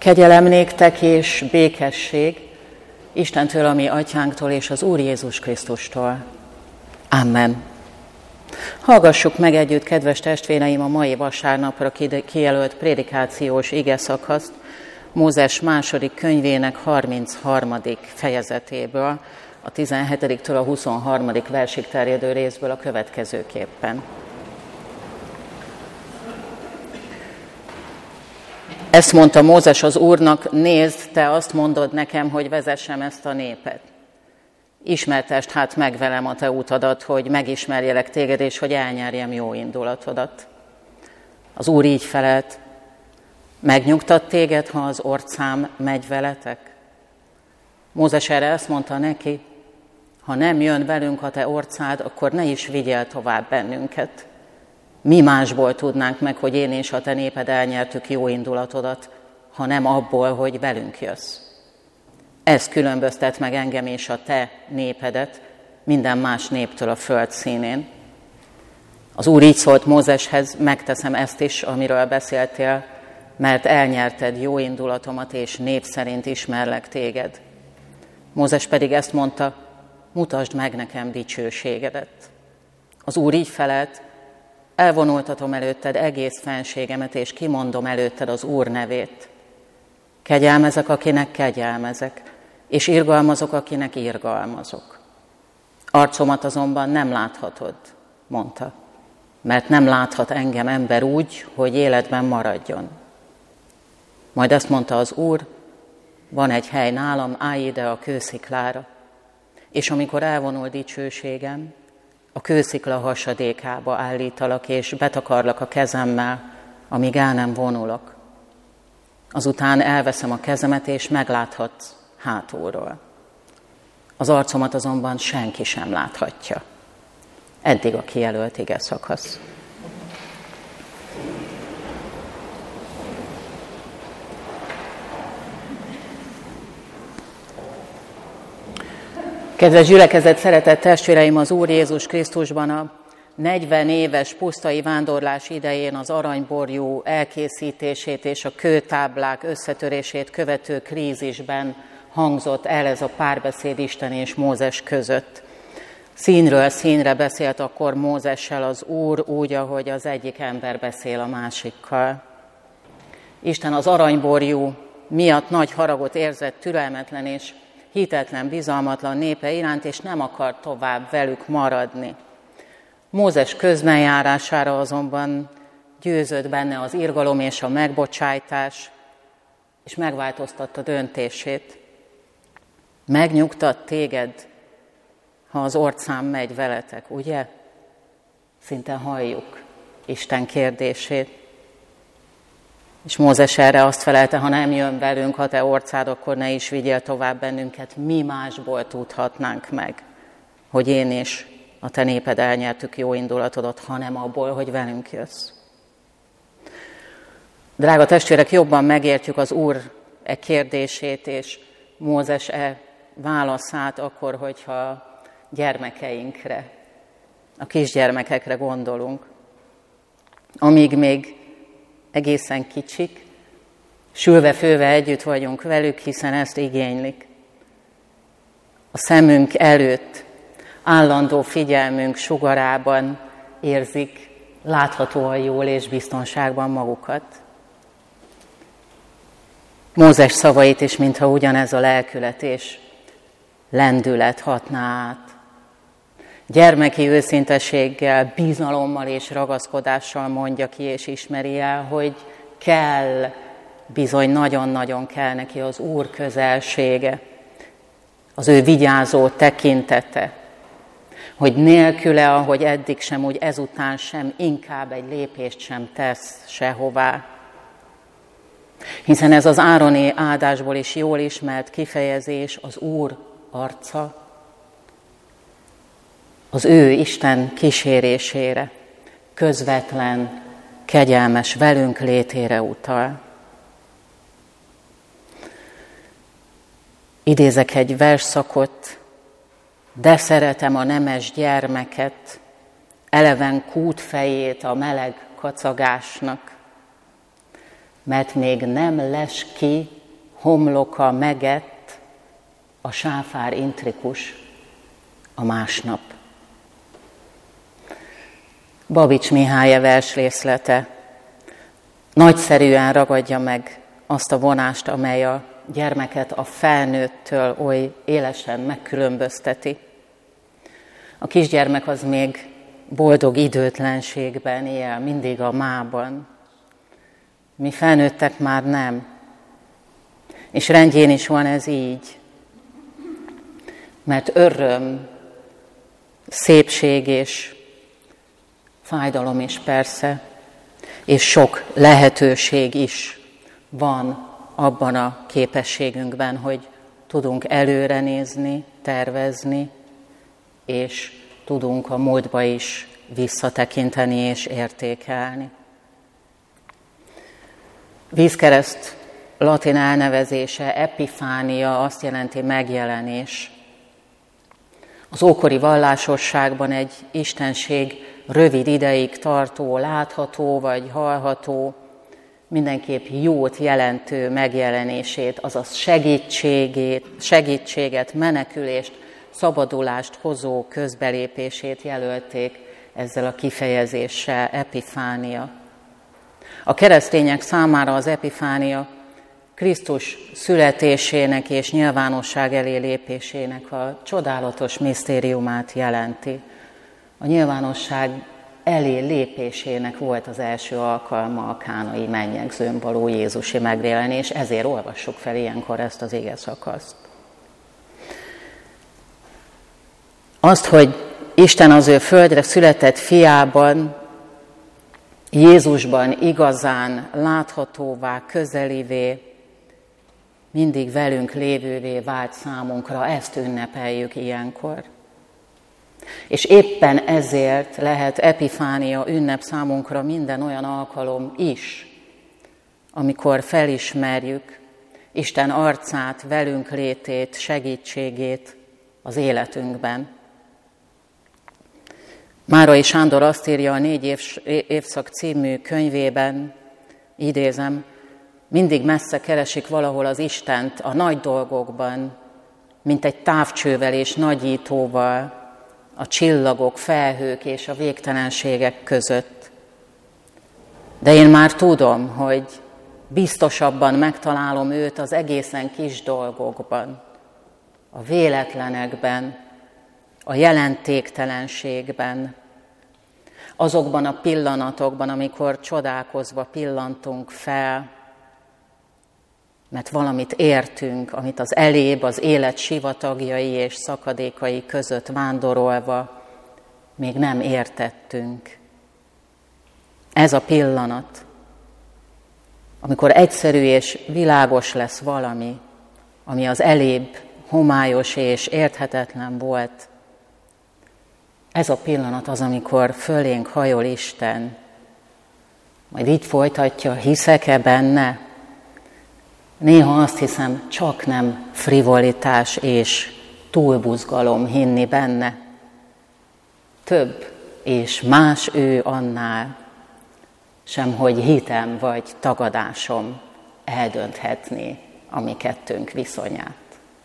Kegyelem néktek és békesség Istentől, a mi atyánktól és az Úr Jézus Krisztustól. Amen. Hallgassuk meg együtt, kedves testvéreim, a mai vasárnapra kijelölt prédikációs igeszakaszt Mózes második könyvének 33. fejezetéből, a 17-től a 23. versig terjedő részből a következőképpen. Ezt mondta Mózes az Úrnak: nézd, te azt mondod nekem, hogy vezessem ezt a népet. Ismertesd hát meg velem a te utadat, hogy megismerjelek téged, és hogy elnyerjem jó indulatodat. Az Úr így felelt: megnyugtat téged, ha az orcám megy veletek? Mózes erre ezt mondta neki: ha nem jön velünk a te orcád, akkor ne is vigyél tovább bennünket. Mi másból tudnánk meg, hogy én és a te néped elnyertük jó indulatodat, ha nem abból, hogy velünk jössz. Ez különböztet meg engem és a te népedet minden más néptől a föld színén. Az Úr így szólt Mózeshez: megteszem ezt is, amiről beszéltél, mert elnyerted jó indulatomat, és név szerint ismerlek téged. Mózes pedig ezt mondta: mutasd meg nekem dicsőségedet. Az Úr így felelt: elvonultatom előtted egész fenségemet, és kimondom előtted az Úr nevét. Kegyelmezek, akinek kegyelmezek, és irgalmazok, akinek irgalmazok. Arcomat azonban nem láthatod, mondta, mert nem láthat engem ember úgy, hogy életben maradjon. Majd azt mondta az Úr: van egy hely nálam, állj ide a kősziklára, és amikor elvonul dicsőségem, a kőszikla hasadékába állítalak, és betakarlak a kezemmel, amíg el nem vonulok. Azután elveszem a kezemet, és megláthatsz hátulról. Az arcomat azonban senki sem láthatja. Eddig a kijelölt igeszakasz. Kedves gyülekezet, szeretett testvéreim, az Úr Jézus Krisztusban a 40 éves pusztai vándorlás idején az aranyborjú elkészítését és a kőtáblák összetörését követő krízisben hangzott el ez a párbeszéd Isten és Mózes között. Színről színre beszélt akkor Mózessel az Úr úgy, ahogy az egyik ember beszél a másikkal. Isten az aranyborjú miatt nagy haragot érzett türelmetlen és hitetlen, bizalmatlan népe iránt, és nem akar tovább velük maradni. Mózes közbenjárására azonban győzött benne az irgalom és a megbocsájtás, és megváltoztatta döntését. Megnyugtat téged, ha az orcám megy veletek, ugye? Szinte halljuk Isten kérdését. És Mózes erre azt felelte: ha nem jön velünk a te orcád, akkor ne is vigyél tovább bennünket. Mi másból tudhatnánk meg, hogy én és a te néped elnyertük jó indulatodat, hanem abból, hogy velünk jössz. Drága testvérek, jobban megértjük az Úr kérdését és Mózes válaszát akkor, hogyha gyermekeinkre, a kisgyermekekre gondolunk. Amíg még egészen kicsik, sülve-főve együtt vagyunk velük, hiszen ezt igénylik. A szemünk előtt, állandó figyelmünk sugarában érzik láthatóan jól és biztonságban magukat. Mózes szavait is, mintha ugyanez a lelkület és lendület hatná át. Gyermeki őszinteséggel, bizalommal és ragaszkodással mondja ki és ismeri el, hogy kell, bizony nagyon-nagyon kell neki az Úr közelsége, az ő vigyázó tekintete, hogy nélküle, ahogy eddig sem, úgy ezután sem, inkább egy lépést sem tesz sehová. Hiszen ez az ároni áldásból is jól ismert kifejezés, az Úr arca, az ő Isten kísérésére, közvetlen, kegyelmes velünk létére utal. Idézek egy versszakot: de szeretem a nemes gyermeket, eleven kútfejét a meleg kacagásnak. mert még nem les ki homloka megett a sáfár intrikus a másnap. Babics Mihály versrészlete nagyszerűen ragadja meg azt a vonást, amely a gyermeket a felnőttől oly élesen megkülönbözteti. A kisgyermek az még boldog időtlenségben él, mindig a mában. Mi felnőttek már nem. És rendjén is van ez így. Mert öröm, szépség és fájdalom is persze, és sok lehetőség is van abban a képességünkben, hogy tudunk előre nézni, tervezni, és tudunk a múltba is visszatekinteni és értékelni. Vízkereszt latin elnevezése epifánia, azt jelenti megjelenés. Az ókori vallásosságban egy istenség rövid ideig tartó, látható vagy hallható, mindenképp jót jelentő megjelenését, azaz segítséget, menekülést, szabadulást hozó közbelépését jelölték ezzel a kifejezéssel, epifánia. A keresztények számára az epifánia Krisztus születésének és nyilvánosság elé lépésének a csodálatos misztériumát jelenti. A nyilvánosság elé lépésének volt az első alkalma a kánai mennyegzőn való Jézusi megjelenés, ezért olvassuk fel ilyenkor ezt az ige szakaszt. Azt, hogy Isten az ő földre született fiában, Jézusban igazán láthatóvá, közelivé, mindig velünk lévővé vált számunkra, ezt ünnepeljük ilyenkor. És éppen ezért lehet epifánia ünnep számunkra minden olyan alkalom is, amikor felismerjük Isten arcát, velünk létét, segítségét az életünkben. Márai Sándor azt írja a 4 évszak című könyvében, idézem, mindig messze keresik valahol az Istent a nagy dolgokban, mint egy távcsővel és nagyítóval, a csillagok, felhők és a végtelenségek között. De én már tudom, hogy biztosabban megtalálom őt az egészen kis dolgokban, a véletlenekben, a jelentéktelenségben, azokban a pillanatokban, amikor csodálkozva pillantunk fel, mert valamit értünk, amit az elébb, az élet sivatagjai és szakadékai között vándorolva még nem értettünk. Ez a pillanat, amikor egyszerű és világos lesz valami, ami az elébb homályos és érthetetlen volt, ez a pillanat az, amikor fölénk hajol Isten, majd így folytatja, hiszek-e benne? Néha azt hiszem, csak nem frivolitás és túlbuzgalom hinni benne. Több és más ő annál, sem hogy hitem vagy tagadásom eldönthetné a mi kettőnk viszonyát.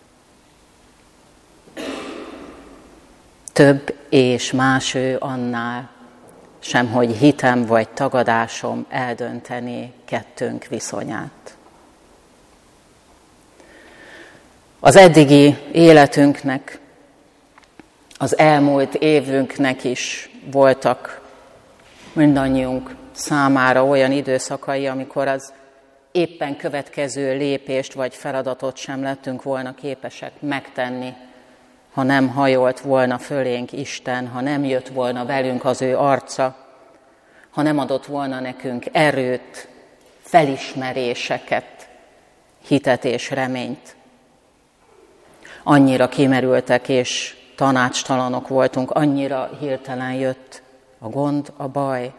Több és más ő annál, sem hogy hitem vagy tagadásom eldöntené kettőnk viszonyát. Az eddigi életünknek, az elmúlt évünknek is voltak mindannyiunk számára olyan időszakai, amikor az éppen következő lépést vagy feladatot sem lettünk volna képesek megtenni, ha nem hajolt volna fölénk Isten, ha nem jött volna velünk az ő arca, ha nem adott volna nekünk erőt, felismeréseket, hitet és reményt. Annyira kimerültek és tanácstalanok voltunk, annyira hirtelen jött a gond, a baj.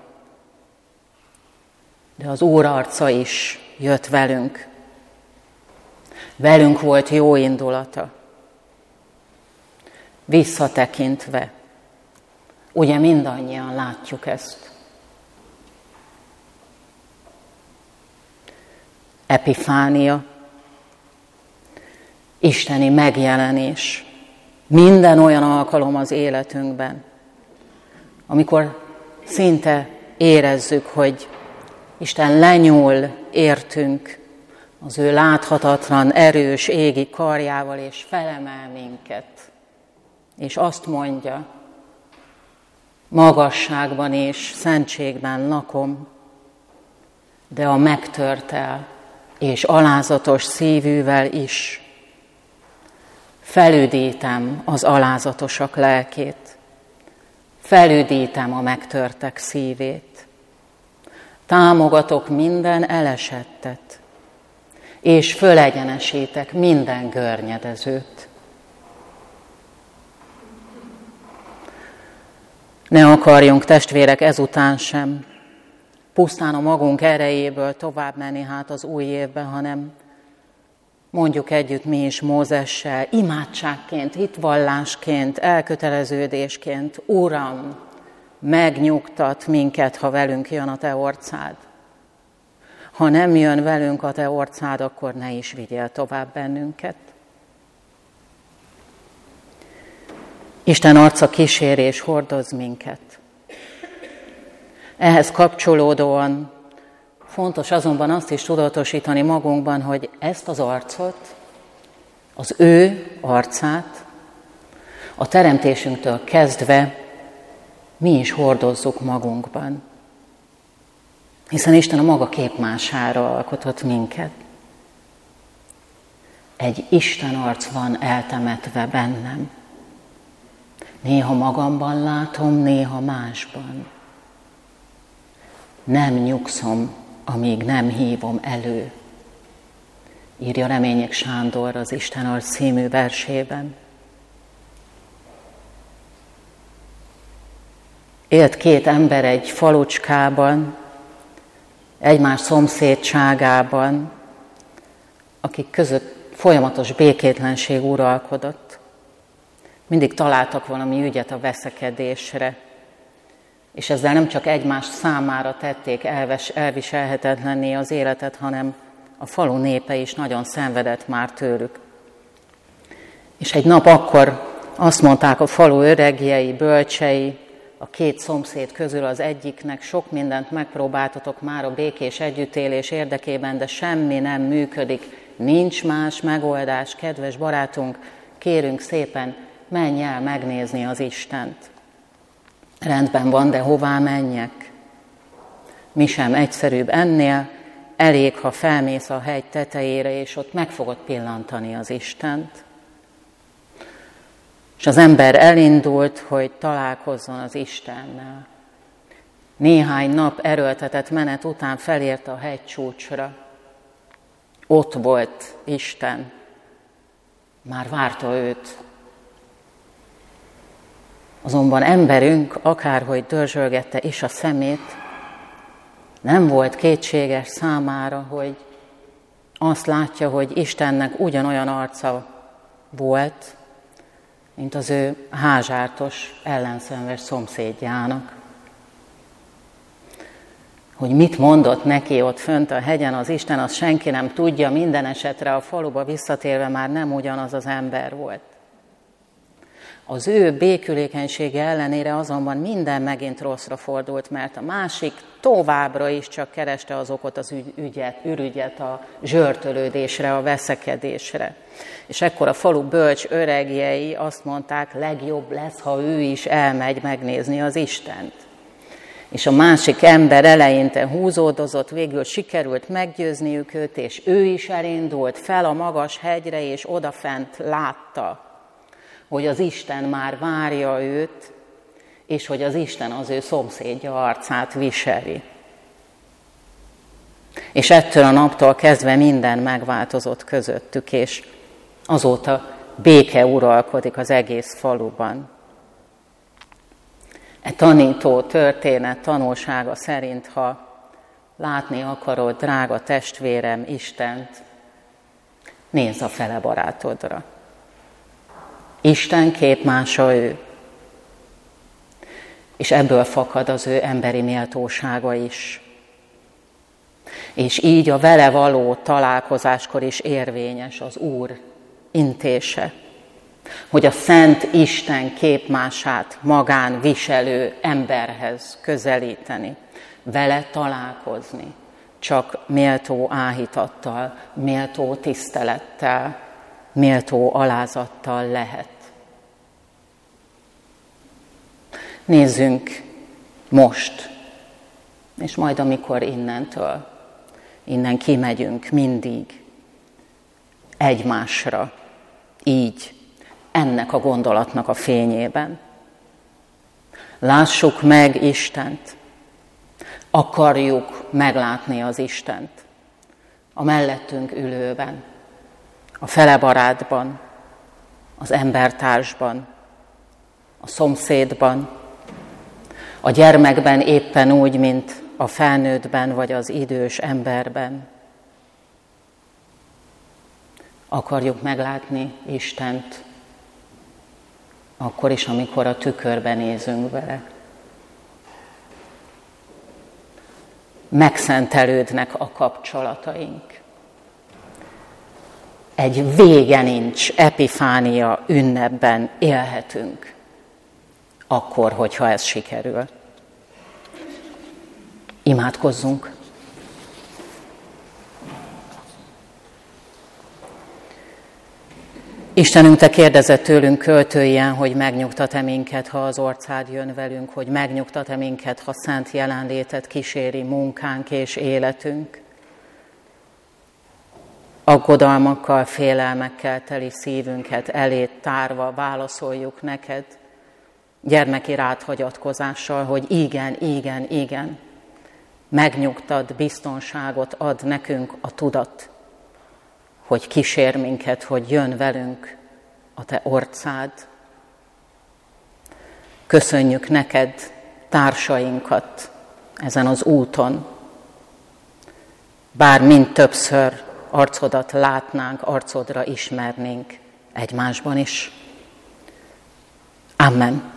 De az Úr arca is jött velünk. Velünk volt jó indulata. Visszatekintve, ugye mindannyian látjuk ezt. epifánia, isteni megjelenés. Minden olyan alkalom az életünkben, amikor szinte érezzük, hogy Isten lenyúl értünk az ő láthatatlan, erős égi karjával, és felemel minket. És azt mondja, magasságban és szentségben lakom, de a megtörtel és alázatos szívűvel is felüdítem az alázatosak lelkét, felüdítem a megtörtek szívét, támogatok minden elesettet, és fölegyenesítek minden görnyedezőt. Ne akarjunk, testvérek, ezután sem pusztán a magunk erejéből tovább menni az új évben, hanem mondjuk együtt mi is Mózessel, imádságként, hitvallásként, elköteleződésként: Uram, megnyugtat minket, ha velünk jön a Te orcád. Ha nem jön velünk a Te orcád, akkor ne is vigyél tovább bennünket. Isten arca kísér és hordoz minket. Ehhez kapcsolódóan fontos azonban azt is tudatosítani magunkban, hogy ezt az arcot, az ő arcát a teremtésünktől kezdve mi is hordozzuk magunkban. Hiszen Isten a maga képmására alkotott minket. Egy Isten arc van eltemetve bennem. Néha magamban látom, néha másban. Nem nyugszom, amíg nem hívom elő, írja Remények Sándor az Isten arc című versében. Élt két ember egy falucskában, egymás szomszédságában, akik között folyamatos békétlenség uralkodott. Mindig találtak valami ügyet a veszekedésre, és ezzel nem csak egymás számára tették elviselhetetlenné az életet, hanem a falu népe is nagyon szenvedett már tőlük. És egy nap akkor azt mondták a falu öregjei, bölcsei, a két szomszéd közül az egyiknek: sok mindent megpróbáltatok már a békés együttélés érdekében, de semmi nem működik, nincs más megoldás, kedves barátunk, kérünk szépen, menj el megnézni az Istent. Rendben van, de hová menjek? Mi sem egyszerűbb ennél, elég, ha felmész a hegy tetejére, és ott meg fogod pillantani az Istent. És az ember elindult, hogy találkozzon az Istennel. Néhány nap erőltetett menet után felért a hegycsúcsra. Ott volt Isten. Már várta őt. Azonban emberünk, akárhogy dörzsölgette is a szemét, nem volt kétséges számára, hogy azt látja, hogy Istennek ugyanolyan arca volt, mint az ő házsártos, ellenszenves szomszédjának. Hogy mit mondott neki ott fönt a hegyen az Isten, azt senki nem tudja, minden esetre a faluba visszatérve már nem ugyanaz az ember volt. Az ő békülékenysége ellenére azonban minden megint rosszra fordult, mert a másik továbbra is csak kereste az okot, az ürügyet a zsörtölődésre, a veszekedésre. És ekkor a falu bölcs öregjei azt mondták, legjobb lesz, ha ő is elmegy megnézni az Istent. És a másik ember eleinte húzódozott, végül sikerült meggyőzniük őt, és ő is elindult fel a magas hegyre, és odafent látta, hogy az Isten már várja őt, és hogy az Isten az ő szomszédja arcát viseli. És ettől a naptól kezdve minden megváltozott közöttük, és azóta béke uralkodik az egész faluban. E tanító történet tanulsága szerint, ha látni akarod, drága testvérem, Istent, nézz a fele barátodra. Isten képmása ő, és ebből fakad az ő emberi méltósága is. És így a vele való találkozáskor is érvényes az Úr intése, hogy a Szent Isten képmását magán viselő emberhez közelíteni, vele találkozni, csak méltó áhítattal, méltó tisztelettel, méltó alázattal lehet. Nézzünk most, és majd amikor innen kimegyünk mindig egymásra, így, ennek a gondolatnak a fényében. Lássuk meg Istent, akarjuk meglátni az Istent a mellettünk ülőben, a felebarátban, az embertársban, a szomszédban, a gyermekben éppen úgy, mint a felnőttben vagy az idős emberben. Akarjuk meglátni Istent akkor is, amikor a tükörben nézünk vele. Megszentelődnek a kapcsolataink. Egy vége nincs epifánia ünnepben élhetünk, akkor, hogyha ez sikerül. Imádkozzunk! Istenünk, Te kérdezed tőlünk költőien, hogy megnyugtat-e minket, ha az orcád jön velünk, hogy megnyugtat-e minket, ha szent jelenlétet kíséri munkánk és életünk. Aggodalmakkal, félelmekkel teli szívünket eléd tárva válaszoljuk neked, gyermeki rád hagyatkozással, hogy igen, igen, igen. Megnyugtad, biztonságot ad nekünk a tudat, hogy kísér minket, hogy jön velünk a Te orcád. Köszönjük neked társainkat ezen az úton, bár mind többször arcodat látnánk, arcodra ismernénk egymásban is. Amen.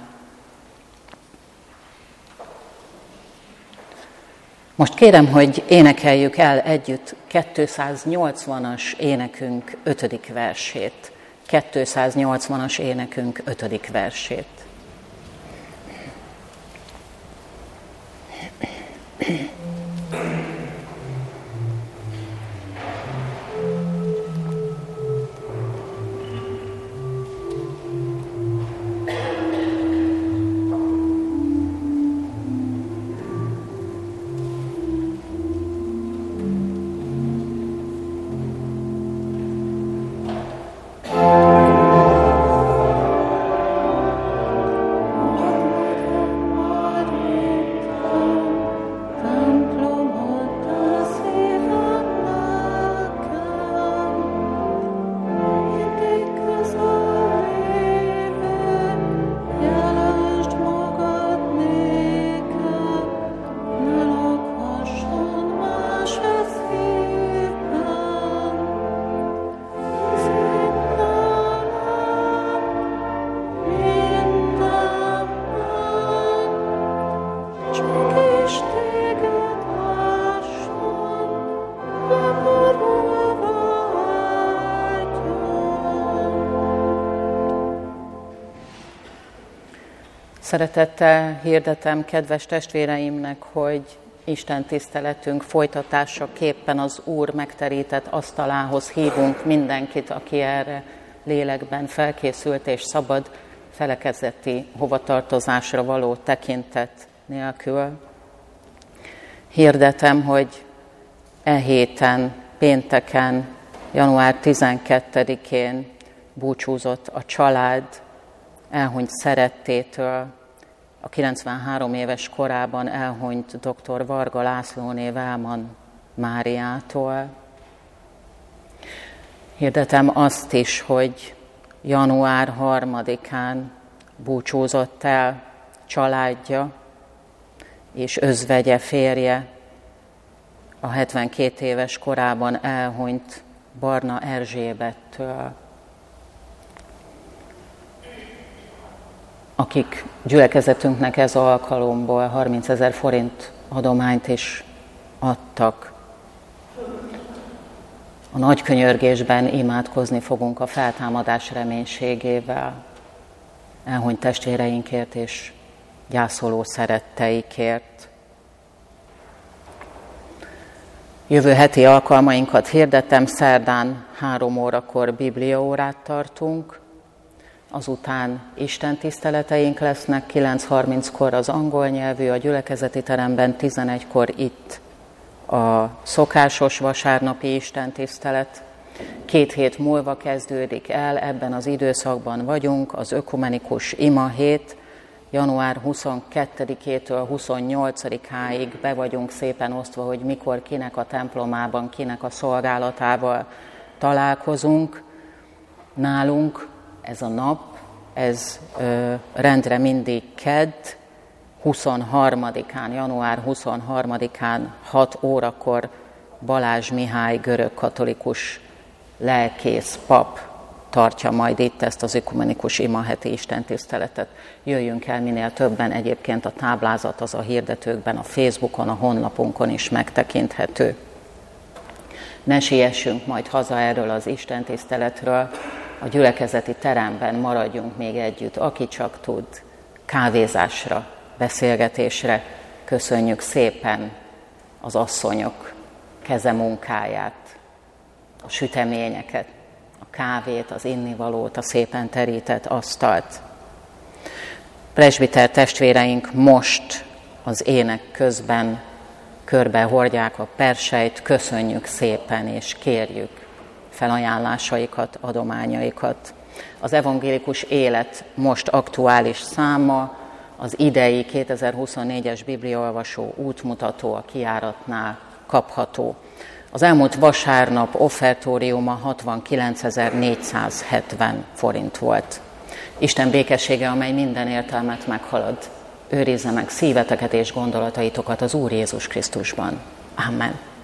Most kérem, hogy énekeljük el együtt 280-as énekünk 5. versét. 280-as énekünk 5. versét. Szeretettel hirdetem kedves testvéreimnek, hogy Isten tiszteletünk folytatásaképpen az Úr megterített asztalához hívunk mindenkit, aki erre lélekben felkészült és szabad felekezeti hovatartozásra való tekintet nélkül. Hirdetem, hogy e héten, pénteken, január 12-én búcsúzott a család elhunyt szerettétől, a 93 éves korában elhunyt dr. Varga Lászlóné Vellman Máriától. Hirdetem azt is, hogy január 3-án búcsúzott el családja és özvegye, férje, a 72 éves korában elhunyt Barna Erzsébettől, akik gyülekezetünknek ez alkalomból 30 000 forint adományt is adtak A nagy könyörgésben imádkozni fogunk a feltámadás reménységével, elhunyt testvéreinkért és gyászoló szeretteikért. Jövő heti alkalmainkat hirdettem, szerdán 3 órakor bibliaórát tartunk, azután istentiszteleteink lesznek, 9:30-kor az angol nyelvű, a gyülekezeti teremben, 11-kor itt a szokásos vasárnapi istentisztelet. 2 hét múlva kezdődik el, ebben az időszakban vagyunk, az ökumenikus ima hét, január 22-től 28-áig be vagyunk szépen osztva, hogy mikor kinek a templomában, kinek a szolgálatával találkozunk. Nálunk ez a nap, ez rendre mindig kedd, 23-án, január 23-án 6 órakor Balázs Mihály görögkatolikus lelkész pap tartja majd itt ezt az ökumenikus imaheti istentiszteletet. Jöjjünk el minél többen, egyébként a táblázat az a hirdetőkben, a Facebookon, a honlapunkon is megtekinthető. Ne siessünk majd haza erről az istentiszteletről, a gyülekezeti teremben maradjunk még együtt, aki csak tud, kávézásra, beszélgetésre. Köszönjük szépen az asszonyok kezemunkáját, a süteményeket, a kávét, az innivalót, a szépen terített asztalt. Presbiter testvéreink most az ének közben körbe hordják a perseit, köszönjük szépen és kérjük felajánlásaikat, adományaikat. Az evangélikus élet most aktuális száma, az idei 2024-es bibliaolvasó útmutató a kijáratnál kapható. Az elmúlt vasárnap offertóriuma 69.470 forint volt. Isten békessége, amely minden értelmet meghalad, őrizze meg szíveteket és gondolataitokat az Úr Jézus Krisztusban. Amen.